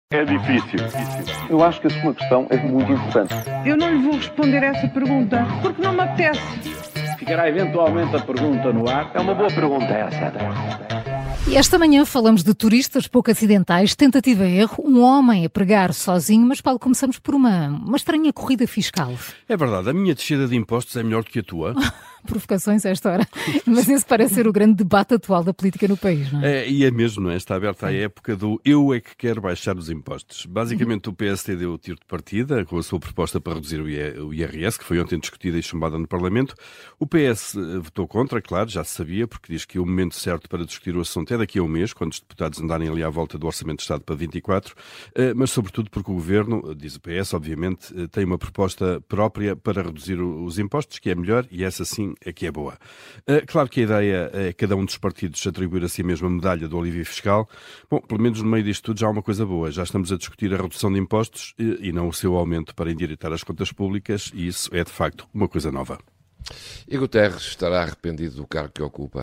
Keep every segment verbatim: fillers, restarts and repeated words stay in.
É difícil. Eu acho que a sua questão é muito importante. Eu não lhe vou responder essa pergunta, porque não me apetece. Ficará eventualmente a pergunta no ar. É uma boa pergunta essa. E esta manhã falamos de turistas pouco acidentais, tentativa e erro, um homem a pregar sozinho, mas Paulo, começamos por uma, uma estranha corrida fiscal. É verdade, a minha descida de impostos é melhor do que a tua. Provocações a esta hora. Mas esse parece ser o grande debate atual da política no país, não é? É, e é mesmo, não é? Está aberta a época do eu é que quero baixar os impostos. Basicamente o P S D deu o tiro de partida com a sua proposta para reduzir o I R S, que foi ontem discutida e chumbada no Parlamento. O P S votou contra, claro, já se sabia, porque diz que o momento certo para discutir o assunto é daqui a um mês, quando os deputados andarem ali à volta do Orçamento de Estado para vinte e quatro, mas sobretudo porque o Governo, diz o P S, obviamente, tem uma proposta própria para reduzir os impostos, que é melhor, e essa sim é que é boa. Claro que a ideia é cada um dos partidos atribuir a si mesmo a medalha do alívio fiscal. Bom, pelo menos no meio disto tudo já há uma coisa boa. Já estamos a discutir a redução de impostos e não o seu aumento para endireitar as contas públicas, e isso é de facto uma coisa nova. E Guterres estará arrependido do cargo que ocupa?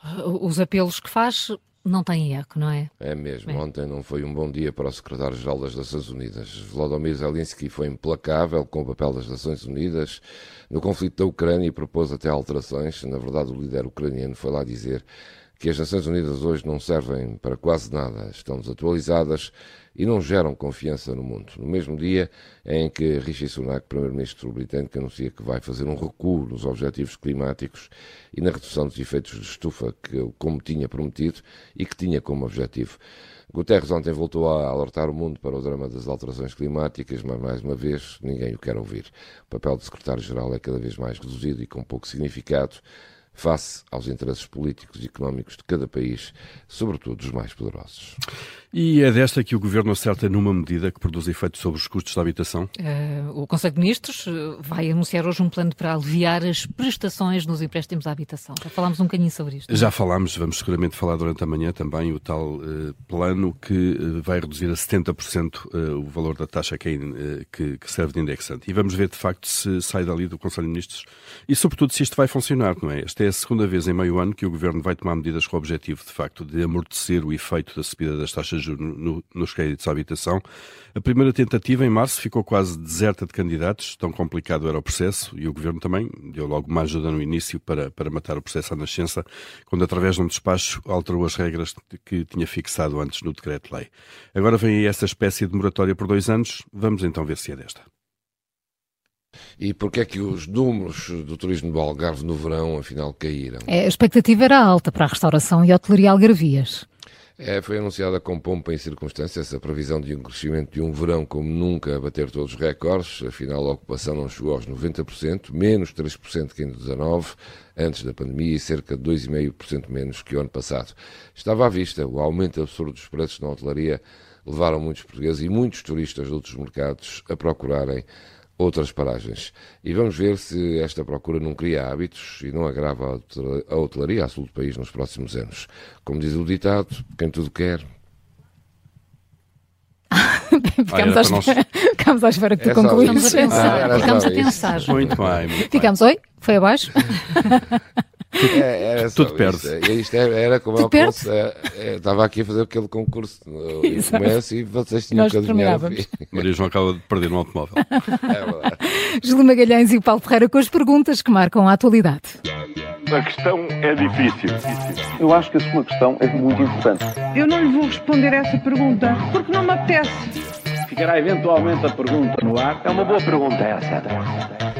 Os apelos que faz não têm eco, não é? É mesmo. É. Ontem não foi um bom dia para o secretário-geral das Nações Unidas. Volodymyr Zelensky foi implacável com o papel das Nações Unidas no conflito da Ucrânia e propôs até alterações. Na verdade, o líder ucraniano foi lá dizer que as Nações Unidas hoje não servem para quase nada, estão desatualizadas e não geram confiança no mundo. No mesmo dia em que Rishi Sunak, primeiro-ministro britânico, anuncia que vai fazer um recuo nos objetivos climáticos e na redução dos efeitos de estufa, que, como tinha prometido e que tinha como objetivo. Guterres ontem voltou a alertar o mundo para o drama das alterações climáticas, mas mais uma vez ninguém o quer ouvir. O papel do secretário-geral é cada vez mais reduzido e com pouco significado face aos interesses políticos e económicos de cada país, sobretudo dos mais poderosos. E é desta que o Governo acerta numa medida que produz efeito sobre os custos da habitação? Uh, o Conselho de Ministros vai anunciar hoje um plano para aliviar as prestações nos empréstimos à habitação. Já falámos um bocadinho sobre isto. Já falámos, vamos seguramente falar durante a manhã também, o tal uh, plano que uh, vai reduzir a setenta por cento uh, o valor da taxa que, uh, que, que serve de indexante. E vamos ver de facto se sai dali do Conselho de Ministros e sobretudo se isto vai funcionar, não é? Esta é a segunda vez em meio ano que o Governo vai tomar medidas com o objetivo de facto de amortecer o efeito da subida das taxas de juros no, nos créditos à habitação. A primeira tentativa, em março, ficou quase deserta de candidatos, tão complicado era o processo, e o Governo também deu logo uma ajuda no início para, para matar o processo à nascença, quando através de um despacho alterou as regras que tinha fixado antes no decreto-lei. Agora vem aí essa espécie de moratória por dois anos, vamos então ver se é desta. E porquê é que os números do turismo do Algarve no verão, afinal, caíram? É, a expectativa era alta para a restauração e hotelaria algarvias. É, foi anunciada com pompa em circunstâncias a previsão de um crescimento de um verão como nunca a bater todos os recordes. Afinal, a ocupação não chegou aos noventa por cento, menos três por cento que em dezanove, antes da pandemia, e cerca de dois vírgula cinco por cento menos que o ano passado. Estava à vista, o aumento absurdo dos preços na hotelaria levaram muitos portugueses e muitos turistas de outros mercados a procurarem outras paragens. E vamos ver se esta procura não cria hábitos e não agrava a hotelaria a sul do país nos próximos anos. Como diz o ditado, quem tudo quer... Ficamos, à espera, ficamos à espera que tu concluísse. Ficamos a pensar. Ah, ficamos a pensar. Muito bem. Muito ficamos, bem. Oi? Foi abaixo? É, era tudo perde. Isto, isto era como eu posso, é, é, estava aqui a fazer aquele concurso e começo e vocês tinham que adivinhar. Maria João acaba de perder no automóvel. É verdade. Júlio Magalhães e o Paulo Ferreira com as perguntas que marcam a atualidade. A questão é difícil. Eu acho que a sua questão é muito importante. Eu não lhe vou responder essa pergunta, porque não me apetece. Ficará eventualmente a pergunta no ar. É uma boa pergunta essa.